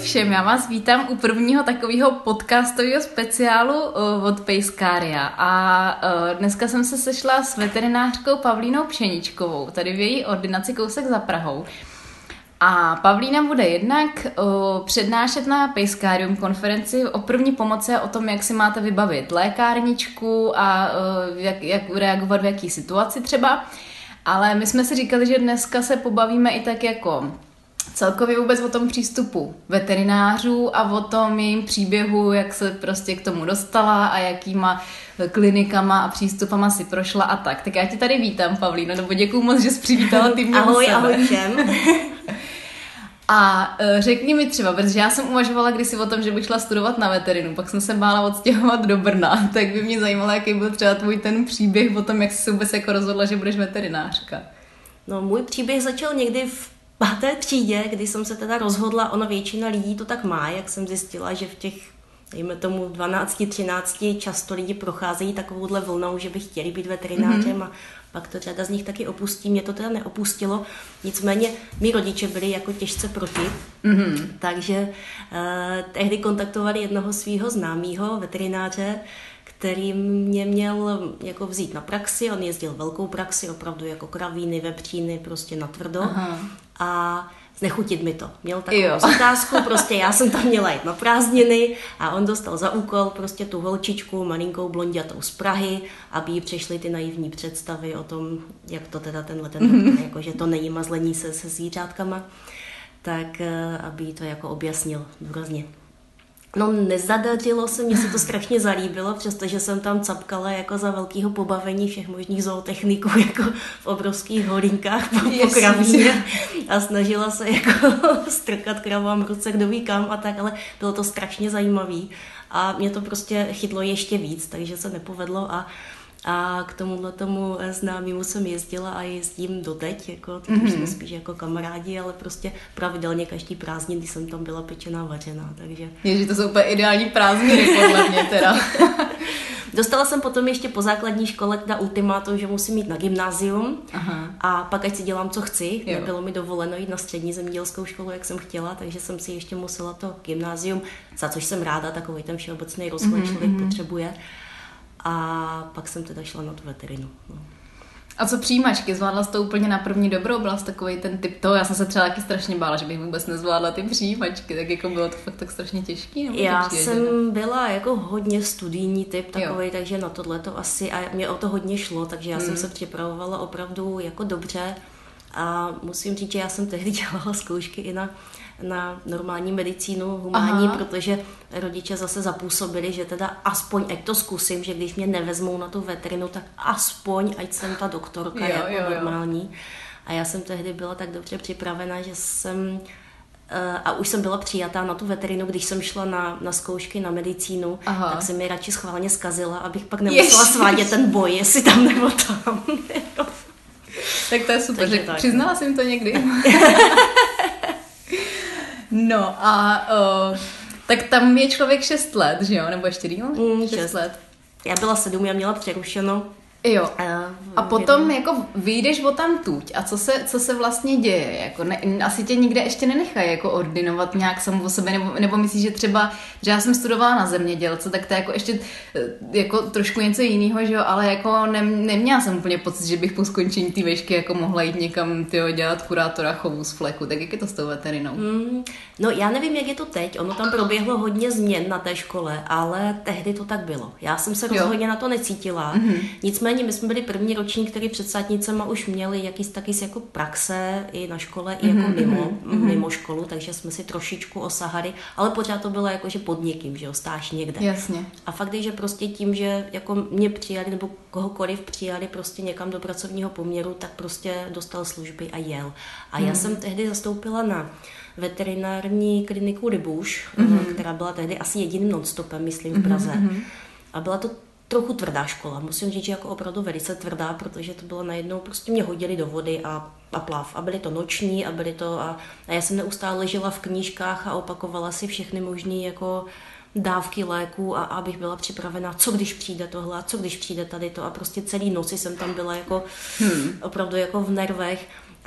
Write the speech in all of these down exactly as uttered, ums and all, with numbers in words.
všem, já vás vítám u prvního takového podcastového speciálu od Pejskária a dneska jsem se sešla s veterinářkou Pavlínou Pšeničkovou, tady v její ordinaci kousek za Prahou. A Pavlína bude jednak o, přednášet na Pejskárium konferenci o první pomoci a o tom, jak si máte vybavit lékárničku a o, jak, jak reagovat v jaký situaci třeba. Ale my jsme si říkali, že dneska se pobavíme i tak jako celkově vůbec o tom přístupu veterinářů a o tom jejím příběhu, jak se prostě k tomu dostala a jakýma klinikama a přístupama si prošla a tak. Tak já tě tady vítám, Pavlíno, nebo děkuju moc, že jsi přivítala ty mě. Ahoj, ahoj všem. A řekni mi třeba, protože já jsem uvažovala kdysi o tom, že bych šla studovat na veterinu, pak jsem se bála odstěhovat do Brna, tak by mě zajímalo, jaký byl třeba tvůj ten příběh o tom, jak jsi se vůbec jako rozhodla, že budeš veterinářka. No, můj příběh začal někdy v páté třídě, kdy jsem se teda rozhodla, ono většina lidí to tak má, jak jsem zjistila, že v těch, dejme tomu dvanácti, třinácti často lidi procházejí takovouhle vlnou, že by chtěli být veterinářem mm-hmm. a pak to řada z nich taky opustí. Mě to teda neopustilo, nicméně mý rodiče byli jako těžce proti, mm-hmm. takže eh, tehdy kontaktovali jednoho svého známého veterináře, který mě měl jako vzít na praxi, on jezdil velkou praxi, opravdu jako kravíny, vepříny, prostě natvrdo. Aha. A znechutit mi to. Měl takovou otázku, prostě já jsem tam měla jít na prázdniny a on dostal za úkol prostě tu holčičku, malinkou blonďatou z Prahy, aby jí přešly ty naivní představy o tom, jak to teda tenhle ten doktor, mm-hmm. jako že to není mazlení se se zvířátkama, tak aby jí to jako objasnil důrazně. No, nezadařilo se, mně se to strašně zalíbilo, přestože jsem tam capkala jako za velkého pobavení všech možných zootechniků jako v obrovských holinkách po, po kravíně a snažila se jako strkat kravám ruce kdo ví kam a tak, ale bylo to strašně zajímavý a mě to prostě chytlo ještě víc, takže se nepovedlo a A k tomuhle tomu známému jsem jezdila a jezdím doteď, jako, teď mm-hmm. jsme spíš jako kamarádi, ale prostě pravidelně každý prázdnin, když jsem tam byla pečená, vařená, takže... Ježi, to jsou úplně ideální prázdniny, podle mě teda. Dostala jsem potom ještě po základní škole teda ultimátum, že musím jít na gymnázium. Aha. A pak ať si dělám, co chci. Jo. Nebylo mi dovoleno jít na střední zemědělskou školu, jak jsem chtěla, takže jsem si ještě musela to gymnázium, za což jsem ráda, takový ten všeobecný rozhled mm-hmm. člověk potřebuje. A pak jsem teda šla na tu veterinu. No. A co přijímačky? Zvládla jsi to úplně na první dobrou? Byla jsi takový ten typ toho? Já jsem se třeba taky strašně bála, že bych vůbec nezvládla ty přijímačky. Tak jako bylo to fakt tak strašně těžký? Nebo Já jsem byla jako hodně studijní typ takový, jo. takže na tohle to asi, a mě o to hodně šlo, takže já hmm. jsem se připravovala opravdu jako dobře. A musím říct, že já jsem tehdy dělala zkoušky i na na normální medicínu, humánní, Aha. protože rodiče zase zapůsobili, že teda aspoň, ať to zkusím, že když mě nevezmou na tu veterinu, tak aspoň, ať jsem ta doktorka jo, jako jo, jo. normální. A já jsem tehdy byla tak dobře připravena, že jsem a už jsem byla přijatá na tu veterinu, když jsem šla na, na zkoušky na medicínu, Aha. tak jsem mi radši schválně zkazila, abych pak nemusela svádět ten boj, jestli tam nebo tam. Tak to je super, že přiznala jsem to někdy. No a uh, tak tam je člověk šest let, že jo? Nebo ještě díl? Mm, šest let. Já byla sedm, já měla přerušeno. Jo. A, a potom jako vyjdeš o tam tuď. A co se, co se vlastně děje? Jako ne, asi tě nikde ještě nenechají jako ordinovat nějak samu o sebe, nebo, nebo myslíš, že třeba, že já jsem studovala na zemědělce, tak to je jako ještě jako trošku něco jiného, že jo? Ale jako ne, neměla jsem úplně pocit, že bych po skončení té vešky jako mohla jít někam tyjo, dělat kurátora chovu z fleku. Tak jak je to s tou veterinou? Mm, no já nevím, jak je to teď. Ono tam proběhlo hodně změn na té škole, ale tehdy to tak bylo. Já jsem se rozhodně na to necítila. Mm-hmm. Nicméně my jsme byli první ročník, který před státnicema už měli jakýsi taky jako praxe i na škole, mm-hmm, i jako mimo, mm-hmm. mimo školu, takže jsme si trošičku osahali, ale pořád to bylo jako, že pod někým, že jo, stáš někde. Jasně. A fakt je, že prostě tím, že jako mě přijali, nebo kohokoliv přijali prostě někam do pracovního poměru, tak prostě dostal služby a jel. A mm-hmm. já jsem tehdy zastoupila na veterinární kliniku Libuš, mm-hmm. která byla tehdy asi jediným nonstopem, myslím, v Praze. Mm-hmm. A byla to trochu tvrdá škola, musím říct, že jako opravdu velice tvrdá, protože to bylo najednou, prostě mě hodili do vody a, a plav. A byly to noční a byly to, a, a já jsem neustále ležela v knížkách a opakovala si všechny možné jako dávky léků a abych byla připravená, co když přijde tohle, co když přijde tady to a prostě celý noci jsem tam byla jako hmm. opravdu jako v nervech.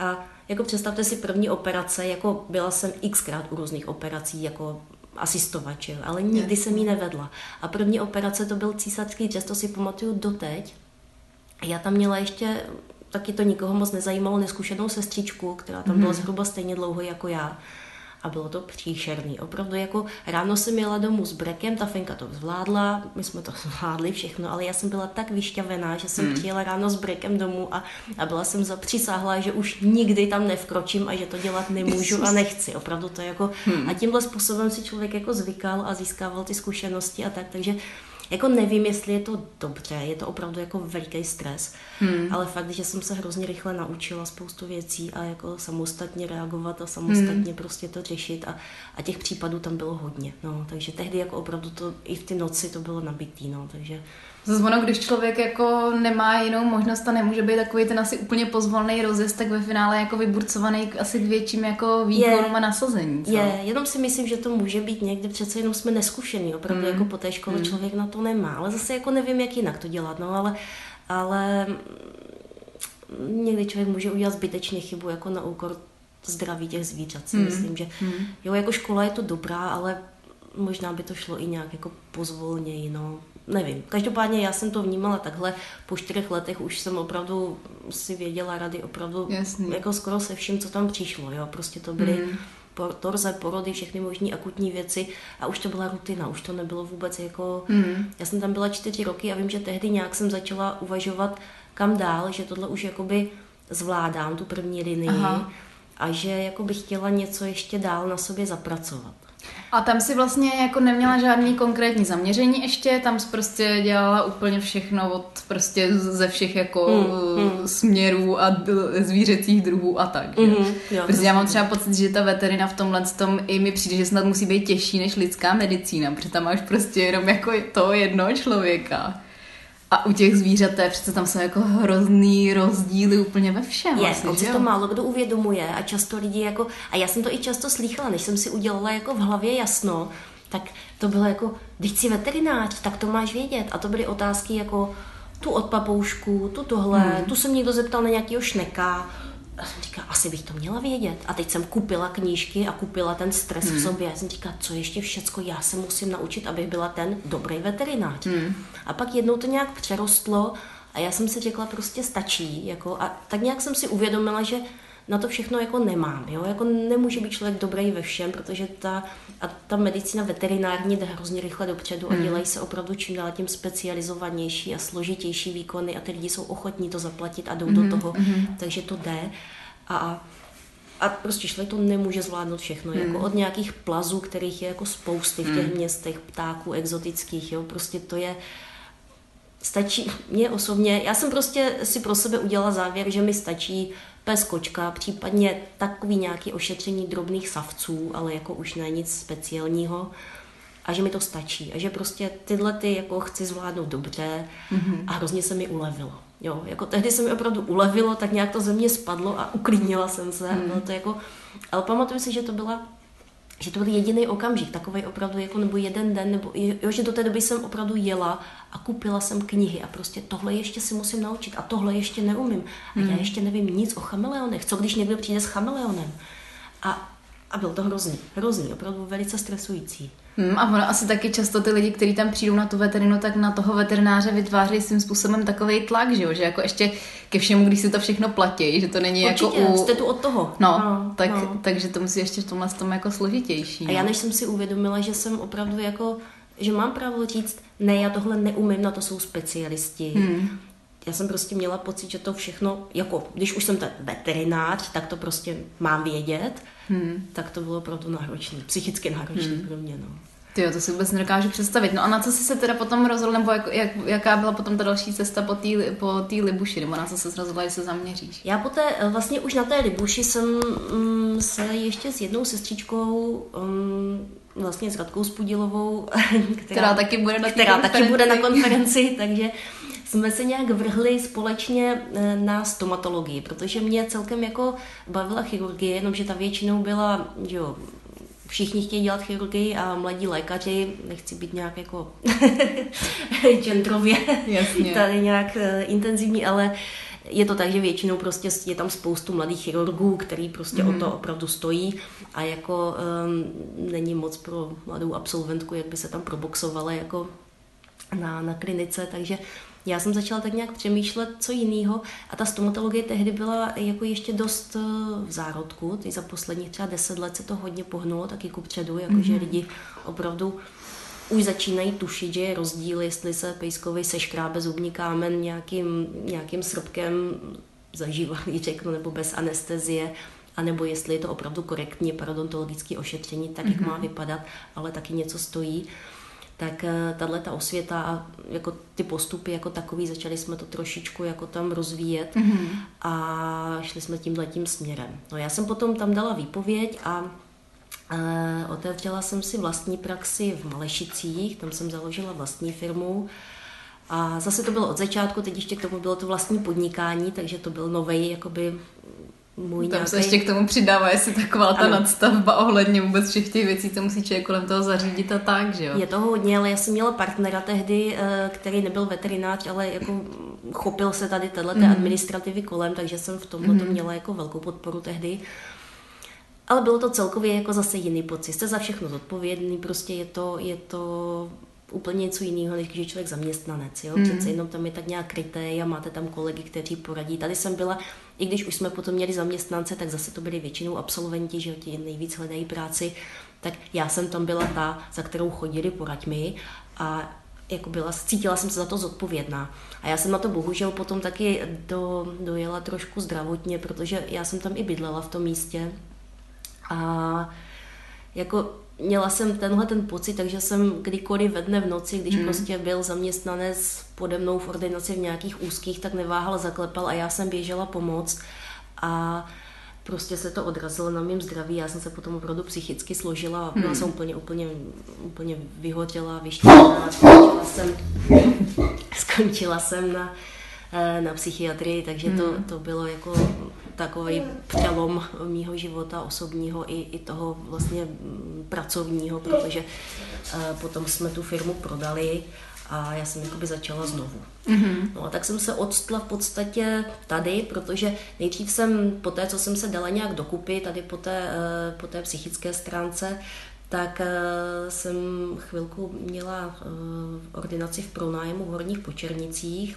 A jako představte si první operace, jako byla jsem xkrát u různých operací, jako asistovač, ale nikdy jsem ji nevedla. A první operace to byl císařský řez, to si pamatuju doteď. Já tam měla ještě, taky to nikoho moc nezajímalo, neskušenou sestřičku, která tam byla zhruba stejně dlouho jako já. A bylo to příšerný. Opravdu jako ráno jsem jela domů s brekem, ta Fenka to zvládla, my jsme to zvládli všechno, ale já jsem byla tak vyšťavená, že jsem hmm. přijela ráno s brekem domů a, a byla jsem zapřísáhlá, že už nikdy tam nevkročím a že to dělat nemůžu a nechci. Opravdu to jako... Hmm. A tímhle způsobem si člověk jako zvykal a získával ty zkušenosti a tak, takže jako nevím, jestli je to dobře, je to opravdu jako veliký stres, hmm. ale fakt, že jsem se hrozně rychle naučila spoustu věcí a jako samostatně reagovat a samostatně hmm. prostě to řešit a, a těch případů tam bylo hodně, no, takže tehdy jako opravdu to i v ty noci to bylo nabitý, no, takže... Zase ono, když člověk jako nemá jinou možnost a nemůže být takový ten asi úplně pozvolný rozjezd, tak ve finále jako vyburcovaný asi k větším jako výkonům a nasazení. Co? Je, jenom si myslím, že to může být někdy, přece jenom jsme neskušení, opravdu mm. jako po té škole mm. člověk na to nemá, ale zase jako nevím, jak jinak to dělat, no, ale, ale někdy člověk může udělat zbytečně chybu jako na úkor zdraví těch zvířat, si mm. myslím, že mm. jo, jako škola je to dobrá, ale možná by to šlo i nějak jako pozvolněji, no. Nevím. Každopádně já jsem to vnímala takhle. Po čtyřech letech už jsem opravdu si věděla rady opravdu Jasný. jako skoro se vším, co tam přišlo. Jo? Prostě to byly mm. torze, porody, všechny možný akutní věci a už to byla rutina, už to nebylo vůbec jako... Mm. Já jsem tam byla čtyři roky a vím, že tehdy nějak jsem začala uvažovat kam dál, že tohle už jakoby zvládám, tu první linii Aha. a že jako bych chtěla něco ještě dál na sobě zapracovat. A tam si vlastně jako neměla žádný konkrétní zaměření ještě, tam jsi prostě dělala úplně všechno od prostě ze všech jako mm, mm. směrů a zvířecích druhů a tak. Mm, jo, protože já mám třeba pocit, že ta veterina v tomhle tom i mi přijde, že snad musí být těžší než lidská medicína, protože tam máš prostě jenom jako toho jednoho člověka. A u těch zvířat, přece tam jsou jako hrozný rozdíly úplně ve všem. Je, vlastně, on si to málo kdo uvědomuje a často lidi jako, a já jsem to i často slýchala, než jsem si udělala jako v hlavě jasno, tak to bylo jako, když jsi veterinář, tak to máš vědět. A to byly otázky jako tu od papoušku, tu tohle, hmm. tu jsem někdo zeptal na nějakého šneka. A jsem říkala, asi bych to měla vědět. A teď jsem kupila knížky a kupila ten stres hmm. v sobě. Já jsem říkala, co ještě všecko já se musím naučit, abych byla ten dobrý veterinář. Hmm. A pak jednou to nějak přerostlo a já jsem si řekla, prostě stačí. Jako, a tak nějak jsem si uvědomila, že na to všechno jako nemám. Jo? Jako nemůže být člověk dobrý ve všem, protože ta, a ta medicína veterinární jde hrozně rychle dopředu a dělají se opravdu čím dál tím specializovanější a složitější výkony a ty lidi jsou ochotní to zaplatit a jdou mm, do toho, mm. takže to jde. A, a prostě člověk to nemůže zvládnout všechno. Mm. Jako od nějakých plazů, kterých je jako spousty v těch mm. městech, ptáků exotických, jo? Prostě to je... Stačí, mě osobně, já jsem prostě si pro sebe udělala závěr, že mi stačí pes, kočka, případně takový nějaký ošetření drobných savců, ale jako už ne nic speciálního a že mi to stačí a že prostě tyhle ty jako chci zvládnout dobře mm-hmm. a hrozně se mi ulevilo. Jo, jako tehdy se mi opravdu ulevilo, tak nějak to ze mě spadlo a uklidnila jsem se. Mm. To jako, ale pamatuju si, že to byla že to byl jediný okamžik, takovej opravdu jako nebo jeden den, nebo jo, že do té doby jsem opravdu jela a koupila jsem knihy a prostě tohle ještě si musím naučit a tohle ještě neumím. A mm. já ještě nevím nic o chameleonech. Co když někdo přijde s chameleonem? A, a byl to hrozný, hrozný, opravdu velice stresující. Hmm, a ono asi taky často ty lidi, kteří tam přijdou na tu veterinu, tak na toho veterináře vytváří svým způsobem takovej tlak, že jo? Že jako ještě ke všemu, když si to všechno platí, že to není Určitě, jako u... jste tu od toho. No, no, tak, no. takže to musí ještě v tomhle tom jako složitější. A já než jsem si uvědomila, že jsem opravdu jako, že mám právo říct, ne, já tohle neumím, na to jsou specialisti. Hmm. Já jsem prostě měla pocit, že to všechno, jako když už jsem ten veterinář, tak to prostě mám vědět, hmm. tak to bylo opravdu náročný, psychicky náročný hmm. pro mě, no. Tyjo, to si vůbec nedokážu představit. No a na co jsi se teda potom rozhodl, nebo jak, jak, jaká byla potom ta další cesta po té po té Libuši, nebo na co se rozhodla, že se zaměříš? Já poté, vlastně už na té Libuši jsem um, se ještě s jednou sestřičkou, um, vlastně s Radkou Spudilovou, která, která taky bude na která taky bude na konferenci, takže jsme se nějak vrhli společně na stomatologii, protože mě celkem jako bavila chirurgie, jenomže ta většinou byla, jo, všichni chtějí dělat chirurgii a mladí lékaři, nechci být nějak jako genderově tady nějak intenzivní, ale je to tak, že většinou prostě je tam spoustu mladých chirurgů, který prostě mm. o to opravdu stojí a jako um, není moc pro mladou absolventku, jak by se tam proboxovala jako na, na klinice, takže já jsem začala tak nějak přemýšlet, co jiného a ta stomatologie tehdy byla jako ještě dost v zárodku, teď za posledních třeba deset let se to hodně pohnulo taky kupředu, jakože mm-hmm. lidi opravdu už začínají tušit, že je rozdíl, jestli se pejskovi seškrábe zubní kámen nějakým, nějakým srpkem zažívaný, řeknu, nebo bez anestezie, anebo jestli je to opravdu korektně parodontologické ošetření, tak jak mm-hmm. má vypadat, ale taky něco stojí. Tak tahle ta osvěta a jako ty postupy jako takový, začali jsme to trošičku jako tam rozvíjet mm-hmm. a šli jsme tímhletím směrem. No já jsem potom tam dala výpověď a e, otevřela jsem si vlastní praxi v Malešicích, tam jsem založila vlastní firmu a zase to bylo od začátku, teď ještě k tomu bylo to vlastní podnikání, takže to byl novej jakoby můj tam nějaký... se ještě k tomu přidává, jestli taková ta ano. nadstavba ohledně vůbec všech těch věcí, co musí člověk kolem toho zařídit a tak, že jo? Je toho hodně, ale já jsem měla partnera tehdy, který nebyl veterinář, ale jako chopil se tady téhleté mm. administrativy kolem, takže jsem v tomhle mm. to měla jako velkou podporu tehdy. Ale bylo to celkově jako zase jiný pocit. Jste za všechno zodpovědný, prostě je to, je to úplně něco jiného, než když je člověk zaměstnanec. Jo? Mm. Přece jenom tam je tak nějak kryté a máte tam kolegy, kteří poradí. Tady jsem byla, i když už jsme potom měli zaměstnance, tak zase to byli většinou absolventi, že ti nejvíc hledají práci, tak já jsem tam byla ta, za kterou chodili poraď mi a jako byla, cítila jsem se za to zodpovědná. A já jsem na to bohužel potom taky do, dojela trošku zdravotně, protože já jsem tam i bydlela v tom místě a jako měla jsem tenhle ten pocit, takže jsem kdykoliv ve dne v noci, když hmm. prostě byl zaměstnanec pode mnou v ordinaci v nějakých úzkých, tak neváhal, zaklepal a já jsem běžela pomoct a prostě se to odrazilo na mém zdraví. Já jsem se potom opravdu psychicky složila a byla hmm. jsem úplně, úplně, úplně vyhořela, vyštěná. Skončila jsem, skončila jsem na, na psychiatrii, takže hmm. to, to bylo jako takový přelom mýho života osobního i, i toho vlastně pracovního, protože uh, potom jsme tu firmu prodali a já jsem jakoby začala znovu. Mm-hmm. No a tak jsem se odstla v podstatě tady, protože nejdřív jsem, po té, co jsem se dala nějak dokupy, tady po té, uh, po té psychické stránce, tak uh, jsem chvilku měla uh, ordinaci v pronájmu v Horních Počernicích.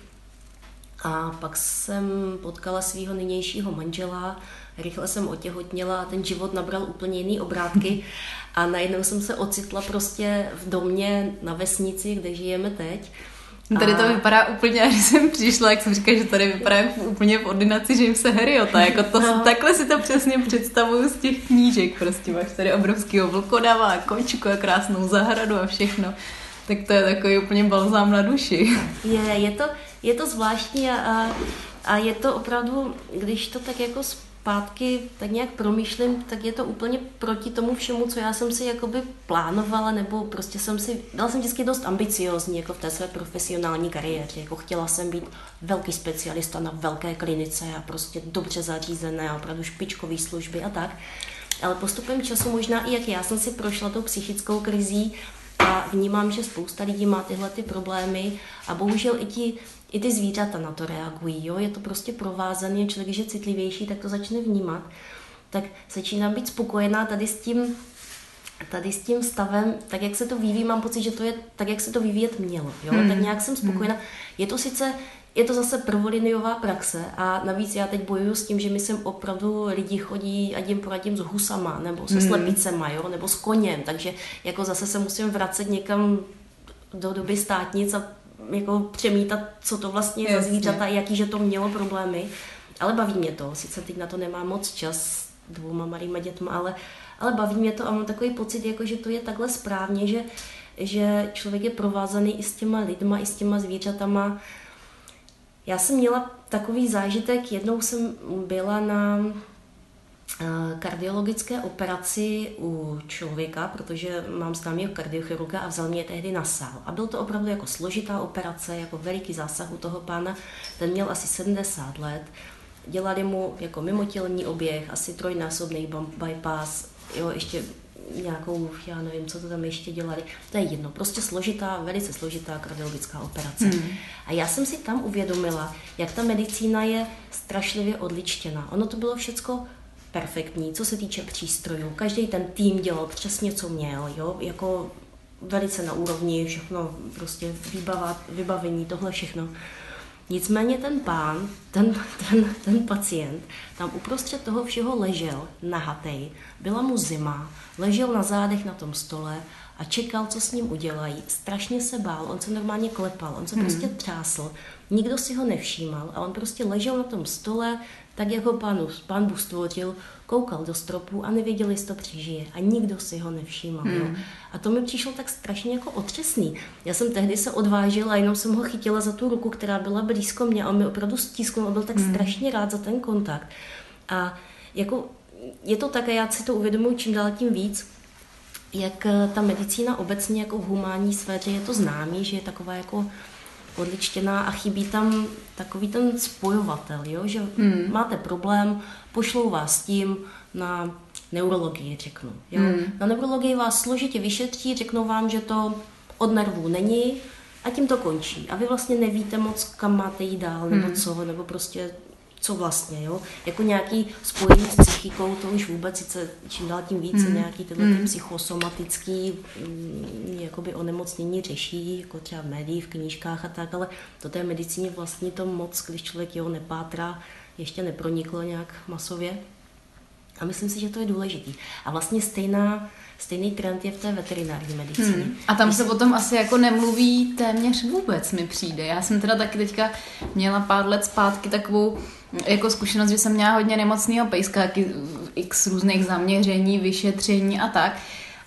A pak jsem potkala svého nynějšího manžela, rychle jsem otěhotněla a ten život nabral úplně jiný obrátky a najednou jsem se ocitla prostě v domě na vesnici, kde žijeme teď. Tady to vypadá úplně, když jsem přišla, jak jsem říkala, že tady vypadá jako úplně v ordinaci Jamesa Herriota, jako to, no. Takhle si to přesně představuju z těch knížek, prostě máš tady obrovskýho vlkodava a kočku a krásnou zahradu a všechno. Tak to je takový úplně balzám na duši. Je, je to, je to zvláštní a, a je to opravdu, když to tak jako zpátky tak nějak promýšlím, tak je to úplně proti tomu všemu, co já jsem si jakoby plánovala, nebo prostě jsem si, byla jsem vždycky dost ambiciózní jako v té své profesionální kariéře, jako chtěla jsem být velký specialista na velké klinice a prostě dobře zařízené a opravdu špičkové služby a tak. Ale postupem času možná i jak já jsem si prošla tou psychickou krizí, a vnímám, že spousta lidí má tyhle ty problémy a bohužel i, ti, i ty zvířata na to reagují. Jo? Je to prostě provázané, člověk, když je citlivější, tak to začne vnímat. Tak začínám být spokojená tady s tím, tady s tím stavem, tak jak se to vyvíjí, mám pocit, že to je tak, jak se to vyvíjet mělo. Jo? Hmm. Tak nějak jsem spokojená. Je to sice, je to zase prvoliniová praxe a navíc já teď bojuju s tím, že mi sem opravdu lidi chodí, ať jim poradím s husama, nebo se hmm. slepicema, jo? Nebo s koněm, takže jako zase se musím vracet někam do doby státnic a jako přemítat, co to vlastně je za zvířata, jaký, že to mělo problémy. Ale baví mě to, sice teď na to nemám moc čas dvouma malýma dětma, ale, ale baví mě to a mám takový pocit, jako, že to je takhle správně, že, že člověk je provázaný i s těma lidma, i s těma zvířatama. Já jsem měla takový zážitek, jednou jsem byla na kardiologické operaci u člověka, protože mám známého kardiochirurga a vzal mě tehdy na sál. A byl to opravdu jako složitá operace, jako veliký zásah u toho pána. Ten měl asi sedmdesát let. Dělali mu jako mimotělní oběh, asi trojnásobný bypass, jo, ještě nějakou, já nevím, co to tam ještě dělali, to je jedno, prostě složitá, velice složitá kardiologická operace. Hmm. A já jsem si tam uvědomila, jak ta medicína je strašlivě odličtěna. Ono to bylo všecko perfektní, co se týče přístrojů. Každý ten tým dělal přesně, co měl, jo, jako velice na úrovni, všechno prostě vybava, vybavení, tohle všechno. Nicméně ten pán, ten, ten, ten pacient, tam uprostřed toho všeho ležel nahatej, byla mu zima, ležel na zádech na tom stole a čekal, co s ním udělají. Strašně se bál, on se normálně klepal, on se hmm. prostě třásl, nikdo si ho nevšímal a on prostě ležel na tom stole, tak jak ho pán, pán Bůh stvořil, koukal do stropu a nevěděl, jestli to přežije. A nikdo si ho nevšímal. Hmm. Jo. A to mi přišlo tak strašně jako otřesný. Já jsem tehdy se odvážila a jenom jsem ho chytila za tu ruku, která byla blízko mě a on mi opravdu stisknul a byl tak hmm. strašně rád za ten kontakt. A jako je to tak, a já si to uvědomuji čím dál tím víc, jak ta medicína obecně jako v humánní sféře je to známý, že je taková jako odličtěná a chybí tam takový ten spojovatel, jo? Že hmm. máte problém, pošlou vás tím na neurologii, řeknu. Jo? Hmm. Na neurologii vás složitě vyšetří, řeknou vám, že to od nervů není a tím to končí. A vy vlastně nevíte moc, kam máte jít dál, nebo hmm. co, nebo prostě co vlastně, jo. Jako nějaký spojení s psychikou, to už vůbec sice čím dál tím více hmm. nějaký tyhle hmm. psychosomatický mm, jakoby onemocnění řeší, jako třeba v médiích, v knížkách a tak, ale do té medicíny vlastně to moc, když člověk jeho nepátrá, ještě neproniklo nějak masově. A myslím si, že to je důležitý. A vlastně stejná, stejný trend je v té veterinární medicíně. Hmm. A tam se potom asi jako nemluví téměř vůbec, mi přijde. Já jsem teda taky teďka měla pár let zpátky takovou jako zkušenost, že jsem měla hodně nemocného pejska, x různých zaměření, vyšetření a tak.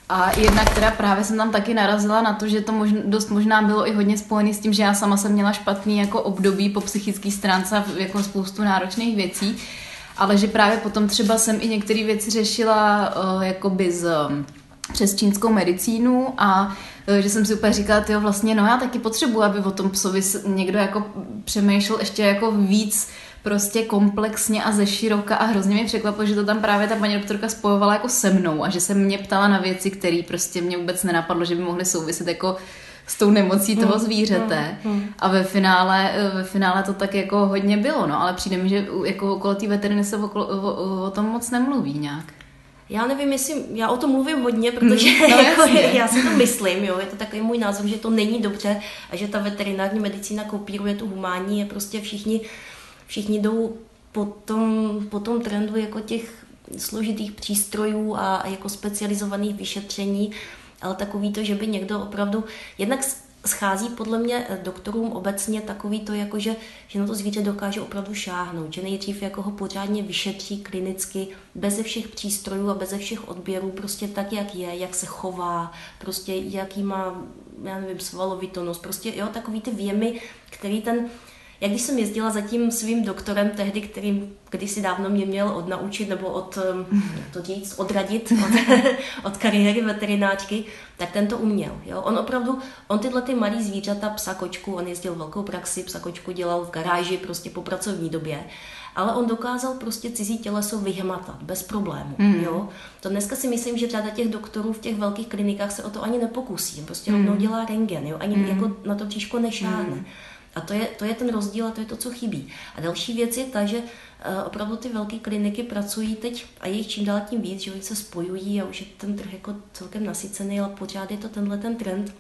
A jednak teda právě jsem tam taky narazila na to, že to možná, dost možná bylo i hodně spojené s tím, že já sama jsem měla špatný jako období po psychické stránce a jako spoustu náročných věcí. Ale že právě potom třeba jsem i některé věci řešila uh, jakoby z, um, přes čínskou medicínu a uh, že jsem si úplně říkala, tyjo, vlastně no já taky potřebuji, aby o tom psovi někdo jako přemýšlel ještě jako víc prostě komplexně a ze široka a hrozně mě překvapilo, že to tam právě ta paní doktorka spojovala jako se mnou a že se mě ptala na věci, které prostě mě vůbec nenapadlo, že by mohly souviset jako s tou nemocí toho zvířete hmm, hmm, hmm. a ve finále, ve finále to tak jako hodně bylo, no, ale přijde mi, že jako okolo té veteriny se okolo, o, o tom moc nemluví nějak. Já nevím, jestli, já o tom mluvím hodně, protože hmm, no, jako, já si to myslím, jo, je to takový můj názor, že to není dobře a že ta veterinární medicína kopíruje tu humánní, je prostě všichni, všichni jdou po tom, po tom trendu jako těch složitých přístrojů a, a jako specializovaných vyšetření, ale takový to, že by někdo opravdu, jednak schází podle mě doktorům obecně takový to, jako že, že na to zvíře dokáže opravdu šáhnout, že nejdřív jako ho pořádně vyšetří klinicky, beze všech přístrojů a beze všech odběrů, prostě tak, jak je, jak se chová, prostě jaký má, já nevím, svalovitonost, prostě jo, takový ty věmy, který ten. Jak když jsem jezdila za tím svým doktorem tehdy, kterým kdysi dávno mě měl odnaučit nebo od, jak to říct, odradit od, od kariéry veterináčky, tak ten to uměl. Jo? On opravdu, on tyhle ty malý zvířata, psa, kočku, on jezdil velkou praxi, psa, kočku dělal v garáži prostě po pracovní době, ale on dokázal prostě cizí těleso vyhmatat bez problému. Mm. Jo? To dneska si myslím, že řada těch doktorů v těch velkých klinikách se o to ani nepokusí. Prostě rovnou mm. dělá rentgen, jo? Ani mm. jako na to příško nešáhne. Mm. A to je, to je ten rozdíl a to je to, co chybí. A další věc je ta, že uh, opravdu ty velké kliniky pracují teď a je jich čím dál tím víc, že oni se spojují a už je ten trh jako celkem nasycený, ale pořád je to tenhle ten trend.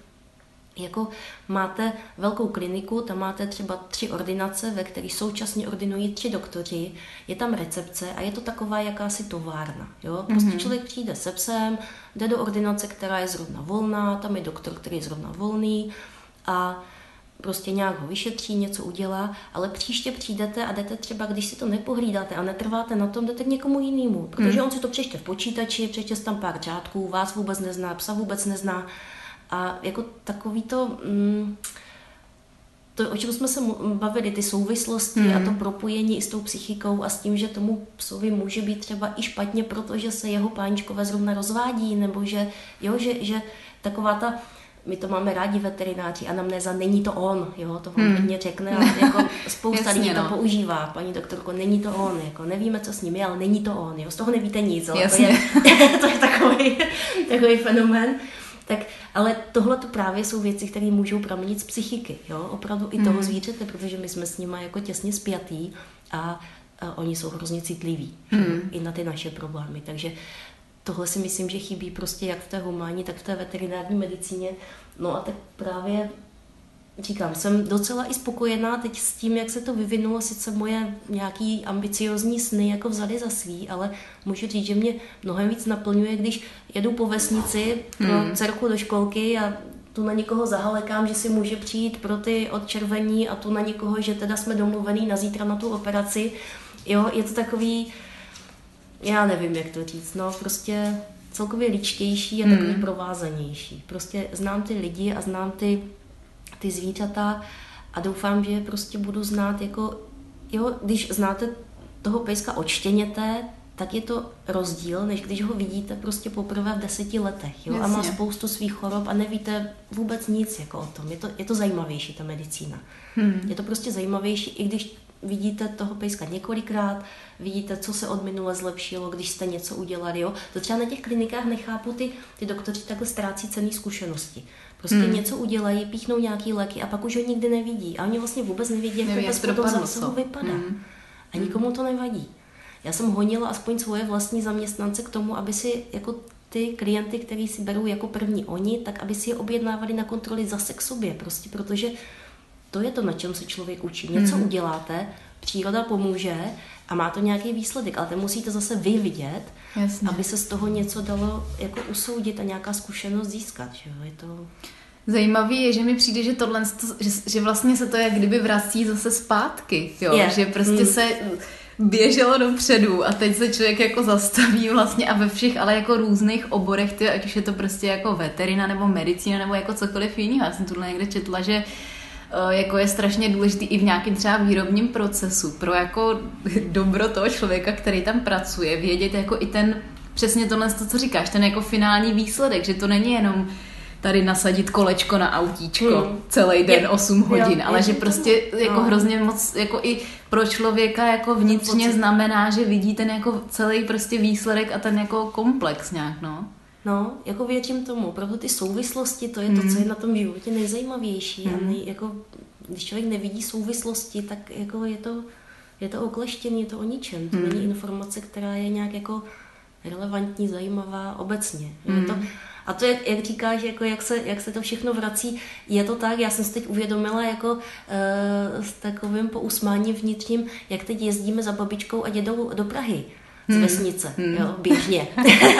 Jako máte velkou kliniku, tam máte třeba tři ordinace, ve kterých současně ordinují tři doktoři, je tam recepce a je to taková jakási továrna. Jo? Prostě mm-hmm. člověk přijde se psem, jde do ordinace, která je zrovna volná, tam je doktor, který je zrovna volný a prostě nějak ho vyšetří, něco udělá, ale příště přijdete a jdete třeba, když si to nepohlídáte a netrváte na tom, jdete k někomu jinému, protože on si to přečte v počítači, přečte tam pár řádků, vás vůbec nezná, psa vůbec nezná a jako takový to, mm, to, o čem jsme se bavili, ty souvislosti mm. a to propojení i s tou psychikou a s tím, že tomu psovi může být třeba i špatně, protože se jeho páničkové zrovna rozvádí, nebo že, jo, že, že taková ta my to máme rádi veterináři, anamnéza, není to on, jo, to vám hodně hmm. řekne, ale jako spousta Jasně, lidí no. to používá, paní doktorko, není to on, jako nevíme, co s ním je, ale není to on, jo, z toho nevíte nic, ale to je, to je takový, takový fenomén. Tak, ale tohle to právě jsou věci, které můžou pramenit z psychiky, jo, opravdu i toho hmm. zvířete, protože my jsme s nimi jako těsně spjatý a, a oni jsou hrozně citliví, hmm. i na ty naše problémy, takže tohle si myslím, že chybí prostě jak v té humánní, tak v té veterinární medicíně. No a tak právě říkám, jsem docela i spokojená teď s tím, jak se to vyvinulo, sice moje nějaký ambiciozní sny jako vzali za svý, ale můžu říct, že mě mnohem víc naplňuje, když jedu po vesnici pro hmm. dcerku do školky a tu na někoho zahalekám, že si může přijít pro ty odčervení a tu na někoho, že teda jsme domluvený na zítra na tu operaci. Jo, je to takový, já nevím, jak to říct, no prostě celkově ličtější a takový hmm. provázanější. Prostě znám ty lidi a znám ty, ty zvířata a doufám, že prostě budu znát jako, jo, když znáte toho pejska od štěněte, tak je to rozdíl, než když ho vidíte prostě poprvé v deseti letech, jo, a má spoustu svých chorob a nevíte vůbec nic jako o tom. Je to, je to zajímavější, ta medicína. Hmm. Je to prostě zajímavější, i když vidíte toho pejska několikrát, vidíte, co se od minule zlepšilo, když jste něco udělali. Jo? To třeba na těch klinikách nechápu, ty, ty doktoři takhle ztrácí cenné zkušenosti. Prostě hmm. něco udělají, píchnou nějaký léky a pak už ho nikdy nevidí. A oni vlastně vůbec nevidí, jak Neví, to pes potom zásahu vypadá. Hmm. A nikomu to nevadí. Já jsem honila aspoň svoje vlastní zaměstnance k tomu, aby si jako ty klienty, který si berou jako první oni, tak aby si je objednávali na kontroly zase k sobě. Prostě protože to je to, na čem se člověk učí. Něco hmm. uděláte, příroda pomůže a má to nějaký výsledek, ale ten musíte zase vy vidět, Jasně. aby se z toho něco dalo jako usoudit a nějaká zkušenost získat. Že? Je to... Zajímavý je, že mi přijde, že tohle, že, že vlastně se to jak kdyby vrací zase zpátky, jo? Je. Že prostě hmm. se běželo dopředu a teď se člověk jako zastaví vlastně a ve všech, ale jako různých oborech, ty, ať už je to prostě jako veterina nebo medicína nebo jako cokoliv jiného. Já jsem tuhle někde četla, že jako je strašně důležitý i v nějakém třeba výrobním procesu pro jako dobro toho člověka, který tam pracuje, vědět jako i ten, přesně tohle, co říkáš, ten jako finální výsledek, že to není jenom tady nasadit kolečko na autíčko hmm. celý den je, osm hodin, jo, ale že prostě to, jako no. hrozně moc jako i pro člověka jako vnitřně znamená, že vidí ten jako celý prostě výsledek a ten jako komplex nějak, no. No, jako věřím tomu, opravdu ty souvislosti, to je to, hmm. co je na tom životě nejzajímavější. Hmm. A nej, jako, když člověk nevidí souvislosti, tak jako je to, je to okleštěný, je to o ničem. To hmm. není informace, která je nějak jako relevantní, zajímavá obecně. Hmm. Je to, a to je, jak říkáš, jako jak, se, jak se to všechno vrací, je to tak, já jsem si teď uvědomila jako uh, s takovým pousmáním vnitřním, jak teď jezdíme za babičkou a dědou do Prahy. Z hmm. vesnice, hmm. jo, běžně.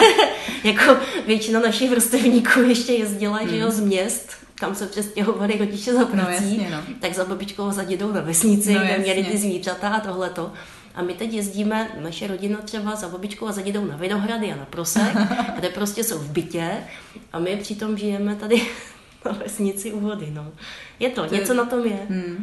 Jako většina našich vrstevníků ještě jezdila, hmm. že jo, z měst, kam se přestěhovali rodiče za prací, no, jasně, no. tak za babičkou a za dědou na vesnici, no, kde měli ty zvířata a tohleto. A my teď jezdíme, naše rodina třeba za babičkou a za dědou na Vinohrady a na Prosek, kde prostě jsou v bytě a my přitom žijeme tady na vesnici u vody, no. Je to, to něco je... na tom je. Hmm.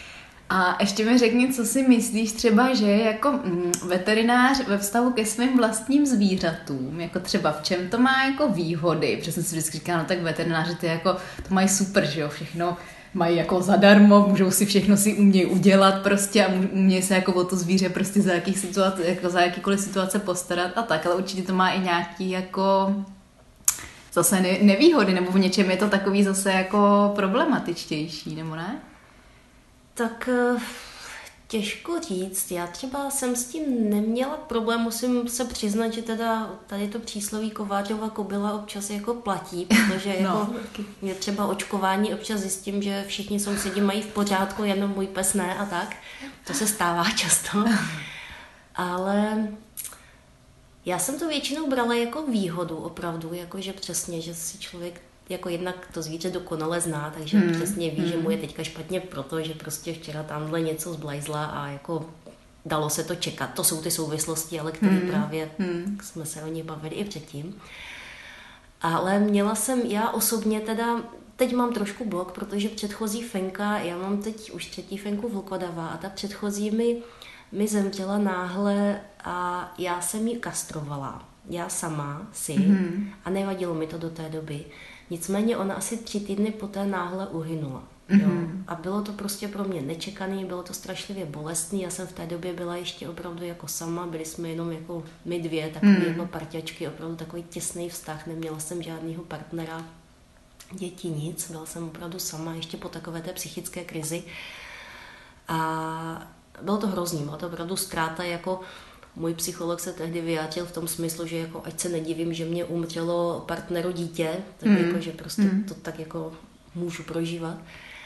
A ještě mi řekni, co si myslíš třeba, že jako mm, veterinář ve vztahu ke svým vlastním zvířatům, jako třeba v čem to má jako výhody, protože jsem si vždycky říkala, no tak veterináři ty jako, to mají super, že jo, všechno mají jako zadarmo, můžou si všechno si umějí udělat prostě a umějí se jako o to zvíře prostě za jakých situace, jako za jakýkoliv situace postarat a tak, ale určitě to má i nějaký jako zase nevýhody, nebo v něčem je to takový zase jako problematičtější, nebo ne? Tak těžko říct. Já třeba jsem s tím neměla problém, musím se přiznat, že teda tady to přísloví Kovářova kobyla občas jako platí, protože jako no. je třeba očkování, občas zjistím, že všichni sousedi mají v pořádku, jenom můj pes ne a tak. To se stává často. Ale já jsem to většinou brala jako výhodu opravdu, jakože přesně, že si člověk jako jednak to zvíře dokonale zná, takže hmm. přesně ví, hmm. že mu je teďka špatně proto, že prostě včera tamhle něco zblajzla a jako dalo se to čekat. To jsou ty souvislosti, ale které hmm. právě hmm. jsme se o nich bavili i předtím. Ale měla jsem, já osobně teda, teď mám trošku blok, protože předchozí fenka, já mám teď už třetí fenku vlkodava a ta předchozí mi, mi zemřela náhle a já jsem ji kastrovala. Já sama si mm. a nevadilo mi to do té doby. Nicméně ona asi tři týdny poté náhle uhynula. Jo. Mm-hmm. A bylo to prostě pro mě nečekaný, bylo to strašlivě bolestný. Já jsem v té době byla ještě opravdu jako sama, byli jsme jenom jako my dvě, takové mm. jako parťačky, opravdu takový těsný vztah, neměla jsem žádného partnera, děti, nic, byla jsem opravdu sama ještě po takové té psychické krizi. A bylo to hrozný, byla to opravdu ztráta, jako můj psycholog se tehdy vyjádřil v tom smyslu, že jako ať se nedivím, že mě umřelo partneru dítě, tak mm. jako, že prostě mm. to tak jako můžu prožívat.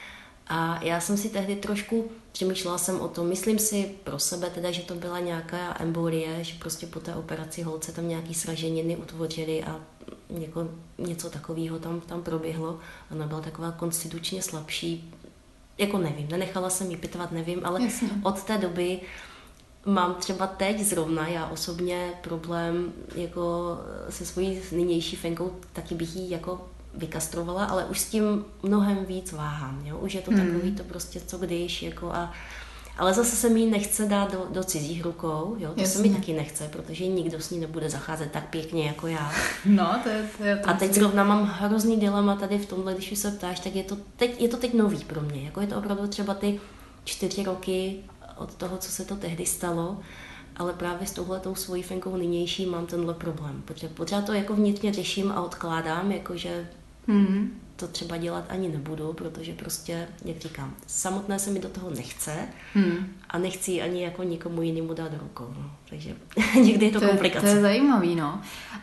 A já jsem si tehdy trošku přemýšlela jsem o tom, myslím si pro sebe teda, že to byla nějaká embolie, že prostě po té operaci holce tam nějaký sraženiny utvořily a jako něco takového tam, tam proběhlo. Ona byla taková konstitučně slabší, jako nevím, nenechala jsem jí pitvat, nevím, ale Jasně. od té doby mám třeba teď zrovna, já osobně problém jako se svojí nynější fenkou, taky bych jí jako vykastrovala, ale už s tím mnohem víc váhám, jo? Už je to hmm. takový to prostě co když, jako a ale zase se mi nechce dát do, do cizích rukou, jo? To Jasně. se mi taky nechce, protože nikdo s ní nebude zacházet tak pěkně jako já. No, to je, to je to a teď zrovna mám hrozný dilema tady v tomhle, když se ptáš, tak je to teď, je to teď nový pro mě, jako je to opravdu třeba ty čtyři roky od toho, co se to tehdy stalo, ale právě s touhletou svojí fenkou nynější mám tenhle problém, protože pořád to jako vnitřně řeším a odkládám, jakože mm. to třeba dělat ani nebudu, protože prostě, jak říkám, samotné se mi do toho nechce mm. a nechci ani jako nikomu jinému dát do rukou, no. Takže někdy je to, to komplikace. To je zajímavý, no.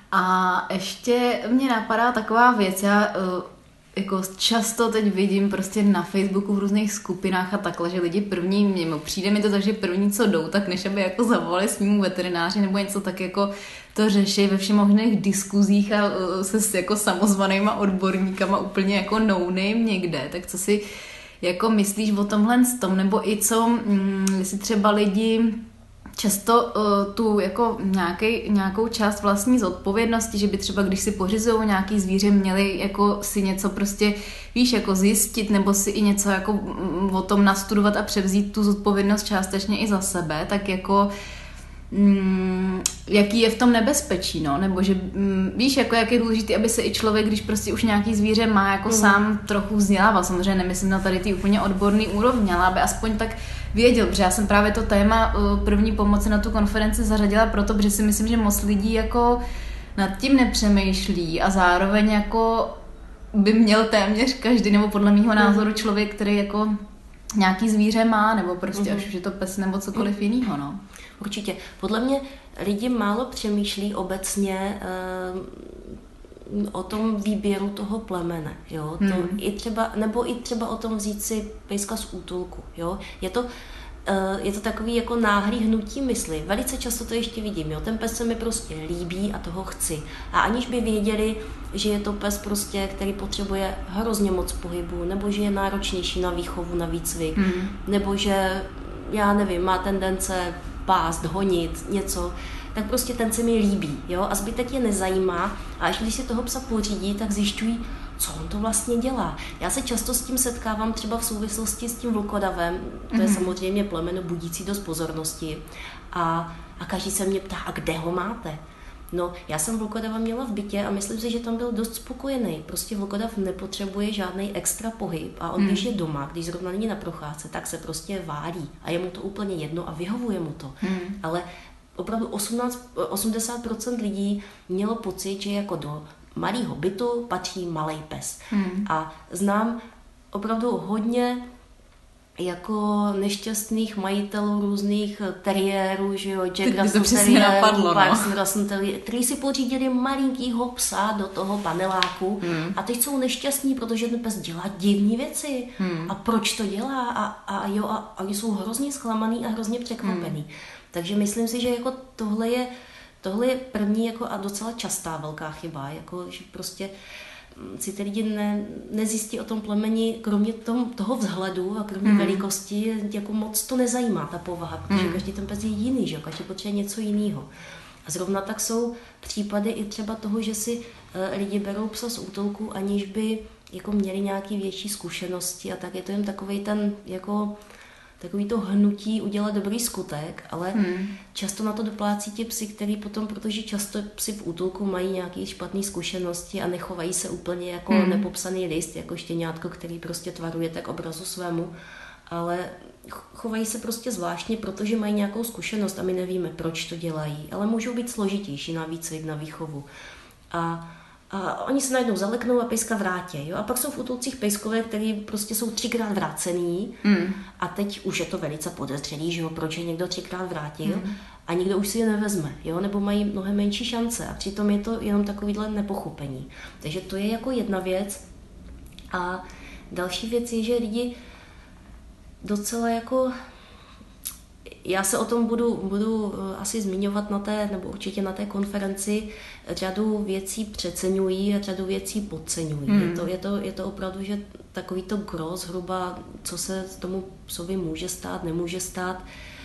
A ještě mě napadá taková věc, já uh, jako často teď vidím prostě na Facebooku v různých skupinách a takhle, že lidi první, mimo, přijde mi to tak, že první, co jdou, tak než aby jako zavolali svýmu veterináři nebo něco tak jako to řeší ve všech možných diskuzích a uh, se s jako samozvanýma odborníkama úplně jako no name někde, tak co si jako myslíš o tomhle s tom, nebo i co, mm, jestli třeba lidi často uh, tu jako nějaký, nějakou část vlastní zodpovědnosti, že by třeba, když si pořizují nějaký zvíře, měli jako si něco prostě, víš, jako zjistit, nebo si i něco jako mm, o tom nastudovat a převzít tu zodpovědnost částečně i za sebe, tak jako mm, jaký je v tom nebezpečí, no, nebo že mm, víš, jako jak je důležité, aby se i člověk, když prostě už nějaký zvíře má, jako mm. sám trochu vzdělával, samozřejmě nemyslím na tady ty úplně odborný úrovně, ale aby aspoň tak věděl, protože já jsem právě to téma první pomoci na tu konferenci zařadila proto, protože si myslím, že moc lidí jako nad tím nepřemýšlí a zároveň jako by měl téměř každý, nebo podle mýho názoru člověk, který jako nějaký zvíře má, nebo prostě mm. až už je to pes nebo cokoliv jiného, no. Určitě. Podle mě lidi málo přemýšlí obecně uh, o tom výběru toho plemene, jo. To hmm. i třeba, nebo i třeba o tom vzít si pejska z útulku, jo. Je to, uh, je to takový jako náhlý hnutí mysli. Velice často to ještě vidím, jo. Ten pes se mi prostě líbí a toho chci. A aniž by věděli, že je to pes prostě, který potřebuje hrozně moc pohybu, nebo že je náročnější na výchovu, na výcvik, hmm. nebo že, já nevím, má tendence pást, honit, něco, tak prostě ten se mi líbí, jo, a zbytek je nezajímá a až když si toho psa pořídí, tak zjišťují, co on to vlastně dělá. Já se často s tím setkávám třeba v souvislosti s tím vlkodavem, to je mm-hmm. samozřejmě plemeno budící dost pozornosti a, a každý se mě ptá, a kde ho máte? No, já jsem vlkodava měla v bytě a myslím si, že tam byl dost spokojený. Prostě vlkodav nepotřebuje žádný extra pohyb a on, hmm. když je doma, když zrovna není na procházce, tak se prostě válí a je mu to úplně jedno a vyhovuje mu to. Hmm. Ale opravdu osmnáct, osmdesát procent lidí mělo pocit, že jako do malého bytu patří malej pes. Hmm. A znám opravdu hodně jako nešťastných majitelů různých teriérů, že jo, Jack Russell teriérů, Parson Russell teriérů, kteří si pořídili malinkýho psa do toho paneláku hmm. a teď jsou nešťastní, protože ten pes dělá divné věci. Hmm. A proč to dělá? A, a jo, a, a oni jsou hrozně zklamaný a hrozně překvapený. Hmm. Takže myslím si, že jako tohle je, tohle je první jako a docela častá velká chyba, jako že prostě si ty lidi ne, nezjistí o tom plemeni, kromě tom, toho vzhledu a kromě mm. velikosti, jako moc to nezajímá ta povaha, protože mm. každý ten pes je jiný, že? Každý potřebuje něco jiného. A zrovna tak jsou případy i třeba toho, že si uh, lidi berou psa z útulku, aniž by jako měli nějaké větší zkušenosti a tak je to jen takovej ten, jako, takový to hnutí udělat dobrý skutek, ale hmm. často na to doplácí ti psi, který potom, protože často psi v útulku mají nějaké špatné zkušenosti a nechovají se úplně jako hmm. nepopsaný list, jako štěňátko, který prostě tvarujete k obrazu svému, ale chovají se prostě zvláštně, protože mají nějakou zkušenost a my nevíme, proč to dělají, ale můžou být složitější na výcvik, na výchovu. A A oni se najednou zaleknou a pejska vrátí. Jo? A pak jsou v útulcích pejskové, které prostě jsou třikrát vrácený mm. a teď už je to velice podezřelý, že jo? Proč je někdo třikrát vrátil mm. a nikdo už si je nevezme, jo? Nebo mají mnohem menší šance a přitom je to jenom takovýhle nepochopení. Takže to je jako jedna věc. A další věc je, že lidi docela jako... Já se o tom budu, budu asi zmiňovat na té, nebo určitě na té konferenci, řadu věcí přeceňují a řadu věcí podceňují. Hmm. Je, to, je, to, je to opravdu, že takový to gros zhruba, co se tomu psovi může stát, nemůže stát,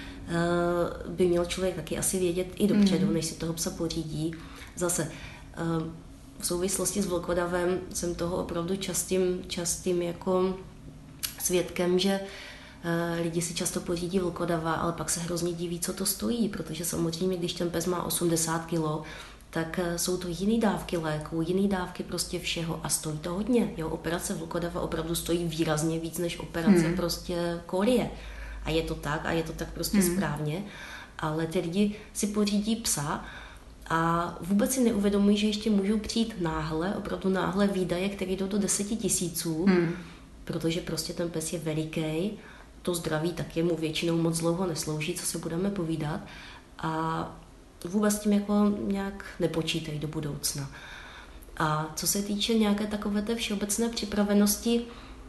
by měl člověk taky asi vědět i dopředu, hmm. než si toho psa pořídí. Zase v souvislosti s vlkodavem jsem toho opravdu častým, častým jako svědkem, že lidi si často pořídí vlkodava, ale pak se hrozně diví, co to stojí, protože samozřejmě, když ten pes má osmdesát kilo, tak jsou to jiný dávky léků, jiný dávky prostě všeho a stojí to hodně. Jo, operace vlkodava opravdu stojí výrazně víc než operace hmm. prostě kolie. A je to tak a je to tak prostě hmm. správně, ale ty lidi si pořídí psa a vůbec si neuvědomují, že ještě můžou přijít náhle, opravdu náhle výdaje, které jdou do deseti tisíců, hmm. protože prostě ten pes je veliký. To zdraví taky mu většinou moc dlouho neslouží, co se budeme povídat. A vůbec tím jako nějak nepočítají do budoucna. A co se týče nějaké takové té všeobecné připravenosti,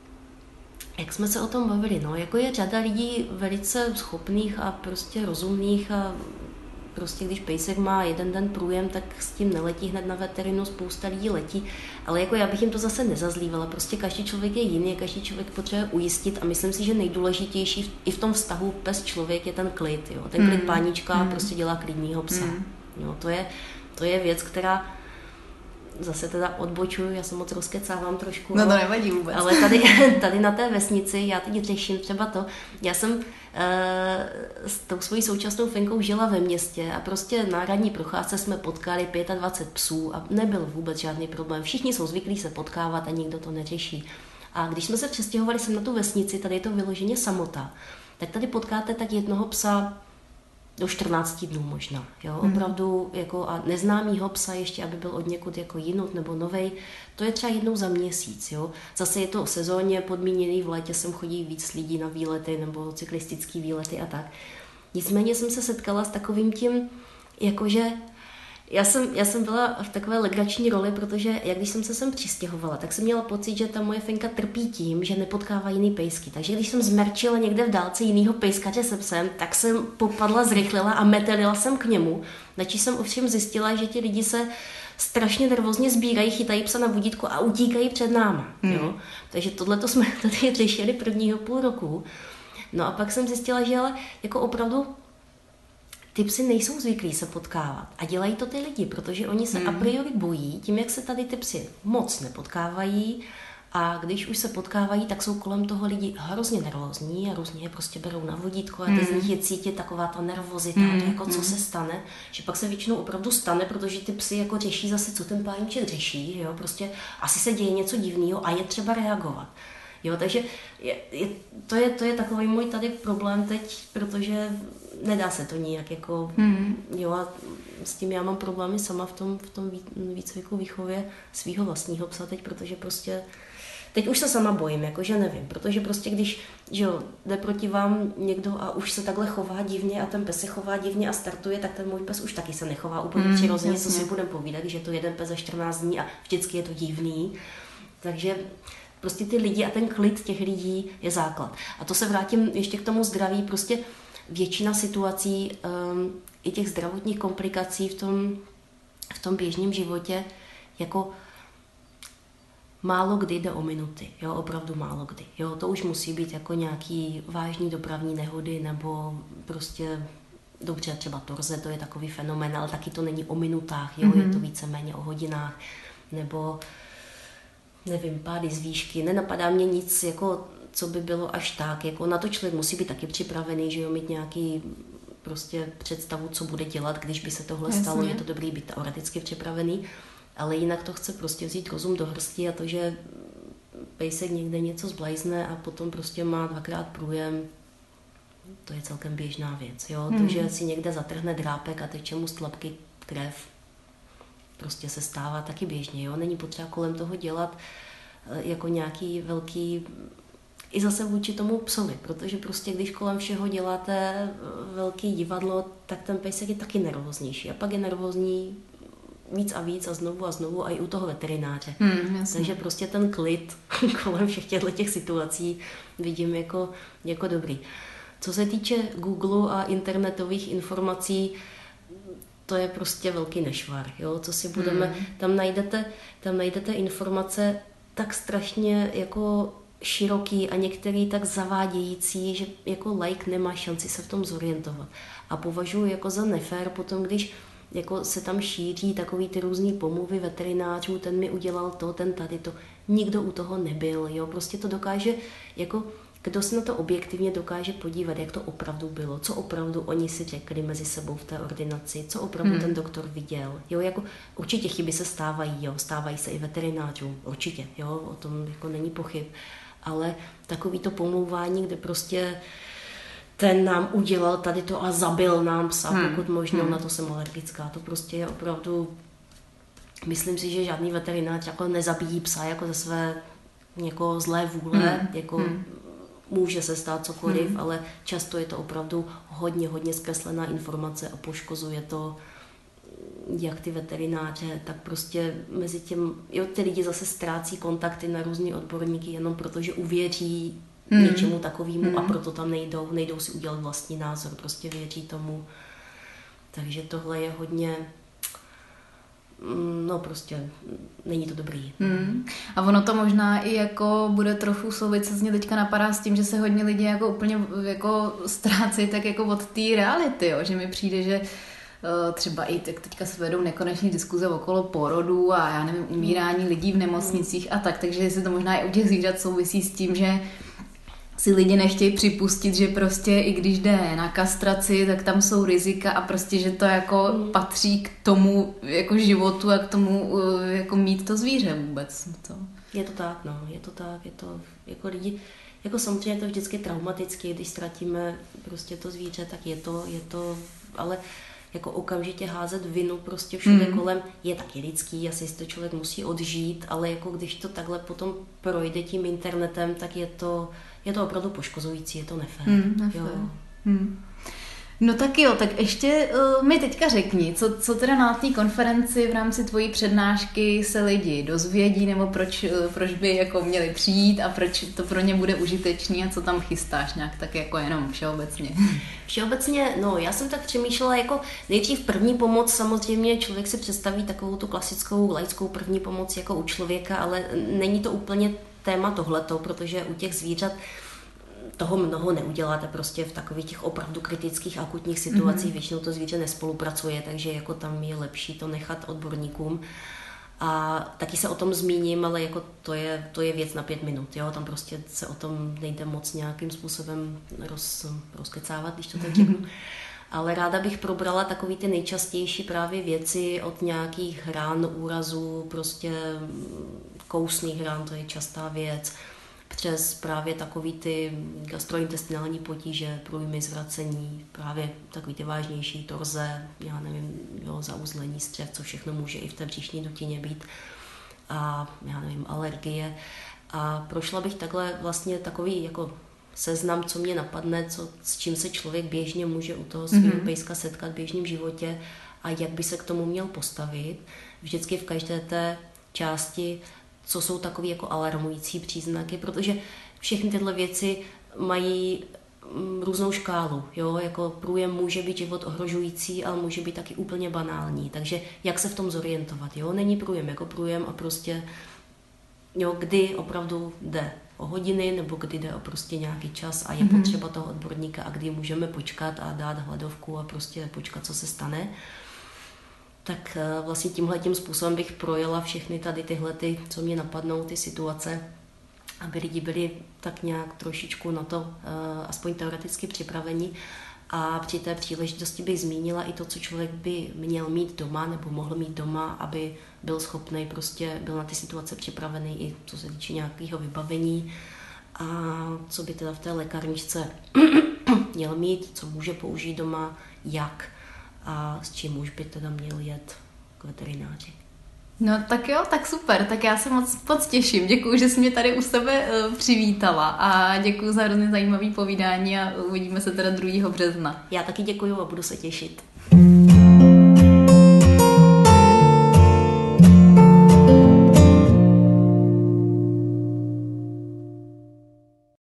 jak jsme se o tom bavili, no, jako je řada lidí velice schopných a prostě rozumných a prostě když pejsek má jeden den průjem, tak s tím neletí hned na veterinu, spousta lidí letí, ale jako já bych jim to zase nezazlívala, prostě každý člověk je jiný, každý člověk potřebuje ujistit a myslím si, že nejdůležitější i v tom vztahu pes člověk je ten klid, jo. Ten klid pánička mm. prostě dělá klidnýho psa. Mm. Jo, to je, to je věc, která zase teda odbočuju, já se moc rozkecávám trošku. No to nevadí vůbec. Ale tady, tady na té vesnici, já teď řeším třeba to, já jsem e, s tou svojí současnou Fenkou žila ve městě a prostě na ranní procházce jsme potkali dvacet pět psů a nebyl vůbec žádný problém. Všichni jsou zvyklí se potkávat a nikdo to neřeší. A když jsme se přestěhovali sem na tu vesnici, tady je to vyloženě samota, tak tady potkáte tak jednoho psa do čtrnácti dnů možná, jo, hmm. opravdu jako a neznámýho psa ještě, aby byl od někud jako jinut nebo novej, to je třeba jednou za měsíc, jo. Zase je to sezónně podmíněný, v létě sem chodí víc lidí na výlety nebo cyklistický výlety a tak. Nicméně jsem se setkala s takovým tím, jakože já jsem, já jsem byla v takové legrační roli, protože jak když jsem se sem přistěhovala, tak jsem měla pocit, že ta moje Fenka trpí tím, že nepotkává jiný pejsky. Takže když jsem zmerčila někde v dálce jinýho pejskaře se psem, tak jsem popadla, zrychlila a metelila jsem k němu. Načí jsem ovšem zjistila, že ti lidi se strašně nervózně sbírají, chytají psa na vodítko a utíkají před náma. Hmm. Jo? Takže tohleto jsme tady řešili prvního půl roku. No a pak jsem zjistila, že ale jako opravdu ty psy nejsou zvyklí se potkávat a dělají to ty lidi, protože oni se hmm. a priori bojí, tím, jak se tady ty psy moc nepotkávají a když už se potkávají, tak jsou kolem toho lidi hrozně nervózní a různě je prostě berou na vodítko a ty hmm. z nich je cítit taková ta nervozita, hmm. to jako co se stane, že pak se většinou opravdu stane, protože ty psy jako řeší zase, co ten páníček řeší, jo, prostě asi se děje něco divného a je třeba reagovat. Jo, takže je, je, to, je, to je takový můj tady problém teď, protože nedá se to nijak jako, hmm. jo, a s tím já mám problémy sama v tom, v tom výcviku výchově svýho vlastního psa teď, protože prostě, teď už se sama bojím, jakože nevím, protože prostě když, že jo, jde proti vám někdo a už se takhle chová divně a ten pes se chová divně a startuje, tak ten můj pes už taky se nechová úplně hmm, přirozeně, co si budeme povídat, že to jeden pes za čtrnáct dní a vždycky je to divný, takže prostě ty lidi a ten klid těch lidí je základ. A to se vrátím ještě k tomu zdraví. Prostě většina situací um, i těch zdravotních komplikací v tom, v tom běžném životě jako málo kdy jde o minuty. Jo, opravdu málo kdy. Jo, to už musí být jako nějaký vážný dopravní nehody nebo prostě dobře třeba torze, to je takový fenomén, ale taky to není o minutách, jo, mm-hmm. je to víceméně o hodinách. Nebo nevím, pády z výšky, nenapadá mě nic jako co by bylo až tak. Jako na to člověk musí být taky připravený, že jo, mít nějaký prostě představu, co bude dělat, když by se tohle Jasně. stalo. Je to dobrý být teoreticky připravený, ale jinak to chce prostě vzít rozum do hrsti a to, že pejsek někde něco zblajzne a potom prostě má dvakrát průjem, to je celkem běžná věc. Jo? Hmm. To, že si někde zatrhne drápek a teče mu z tlapky krev, prostě se stává taky běžně. Jo? Není potřeba kolem toho dělat jako nějaký velký, i zase vůči tomu psovi, protože prostě když kolem všeho děláte velký divadlo, tak ten pejsek je taky nervóznější a pak je nervózní víc a víc a znovu a znovu a i u toho veterináře. Hmm, Takže prostě ten klid kolem všech těchto těch situací vidím jako, jako dobrý. Co se týče Google a internetových informací, to je prostě velký nešvar. Jo? Co si budeme, hmm. tam, najdete, tam najdete informace tak strašně jako široký a některý tak zavádějící, že jako laik nemá šanci se v tom zorientovat. A považuji jako za nefér potom, když jako se tam šíří takový ty různý pomluvy veterinářů, ten mi udělal to, ten tady to. Nikdo u toho nebyl, jo, prostě to dokáže, jako kdo se na to objektivně dokáže podívat, jak to opravdu bylo, co opravdu oni si řekli mezi sebou v té ordinaci, co opravdu hmm. ten doktor viděl, jo, jako určitě chyby se stávají, jo, stávají se i veterinářům, určitě, jo, o tom jako není pochyb, ale takový to pomlouvání, kde prostě ten nám udělal tady to a zabil nám psa, hmm. pokud možno, hmm. na to jsem alergická. To prostě je opravdu, myslím si, že žádný veterinář jako nezabíjí psa jako ze své jako zlé vůle, hmm. jako hmm. může se stát cokoliv, hmm. ale často je to opravdu hodně, hodně zkreslená informace a poškozuje to jak ty veterináře, tak prostě mezi tím, jo, ty lidi zase ztrácí kontakty na různý odborníky jenom proto, že uvěří Hmm. něčemu takovému hmm. a proto tam nejdou, nejdou si udělat vlastní názor, prostě věří tomu. Takže tohle je hodně, no prostě není to dobrý. Hmm. A ono to možná i jako bude trochu souviset, mě teďka napadá s tím, že se hodně lidí jako úplně jako ztrácí tak jako od té reality, jo? Že mi přijde, že třeba i tak teďka se vedou nekonečné diskuze okolo porodu a já nevím, umírání lidí v nemocnicích a tak, takže jestli to možná i u těch zvířat souvisí s tím, že si lidi nechtějí připustit, že prostě i když jde na kastraci, tak tam jsou rizika a prostě, že to jako mm. patří k tomu jako životu a k tomu jako mít to zvíře vůbec. To. Je to tak, no, je to tak, je to jako lidi, jako samozřejmě je to vždycky traumatické, když ztratíme prostě to zvíře, tak je to, je to, ale jako okamžitě házet vinu prostě všude mm. kolem je taky lidský, asi si to člověk musí odžít, ale jako když to takhle potom projde tím internetem, tak je to Je to opravdu poškozující, je to nefér. Hmm, nefér. Jo. Hmm. No tak jo, tak ještě uh, mi teďka řekni, co, co teda na té konferenci v rámci tvojí přednášky se lidi dozvědí, nebo proč, uh, proč by jako měli přijít a proč to pro ně bude užitečný a co tam chystáš nějak tak jako jenom všeobecně. Všeobecně, no já jsem tak přemýšlela jako nejdřív první pomoc, samozřejmě člověk si představí takovou tu klasickou laickou první pomoc jako u člověka, ale není to úplně téma tohleto, protože u těch zvířat toho mnoho neuděláte prostě v takových těch opravdu kritických akutních situacích, mm-hmm. většinou to zvíře nespolupracuje, takže jako tam je lepší to nechat odborníkům. A taky se o tom zmíním, ale jako to je, to je věc na pět minut, jo? Tam prostě se o tom nejde moc nějakým způsobem roz, rozkecávat, když to tak řeknu. Ale ráda bych probrala takový ty nejčastější právě věci od nějakých rán, úrazů, prostě kousných rán, to je častá věc, přes právě takový ty gastrointestinální potíže, průjmy, zvracení, právě takový ty vážnější torze, já nevím, jo, zauzlení střev, co všechno může i v té břišní dutině být a já nevím, alergie. A prošla bych takhle vlastně takový jako seznam, co mě napadne, co, s čím se člověk běžně může u toho svého mm-hmm. pejska setkat v běžném životě a jak by se k tomu měl postavit. Vždycky v každé té části, co jsou takové jako alarmující příznaky, protože všechny tyhle věci mají různou škálu. Jo? Jako průjem může být život ohrožující, ale může být taky úplně banální. Takže jak se v tom zorientovat? Jo? Není průjem jako průjem a prostě jo, kdy opravdu jde o hodiny, nebo kdy jde o prostě nějaký čas a je mm-hmm. potřeba toho odborníka a kdy můžeme počkat a dát hladovku a prostě počkat, co se stane. Tak vlastně tímhletím způsobem bych projela všechny tady tyhle, ty, co mě napadnou, ty situace aby lidi byli tak nějak trošičku na to uh, aspoň teoreticky připraveni. A při té příležitosti bych zmínila i to, co člověk by měl mít doma nebo mohl mít doma, aby byl schopný, prostě byl na ty situace připravený i co se týče nějakého vybavení a co by teda v té lékárničce měl mít, co může použít doma, jak a s čím už by teda měl jet k veterináři. No tak jo, tak super, tak já se moc, moc těším. Děkuji, že jsi mě tady u sebe uh, přivítala a děkuji za hrozně zajímavý povídání a uvidíme se teda druhého března. Já taky děkuji a budu se těšit.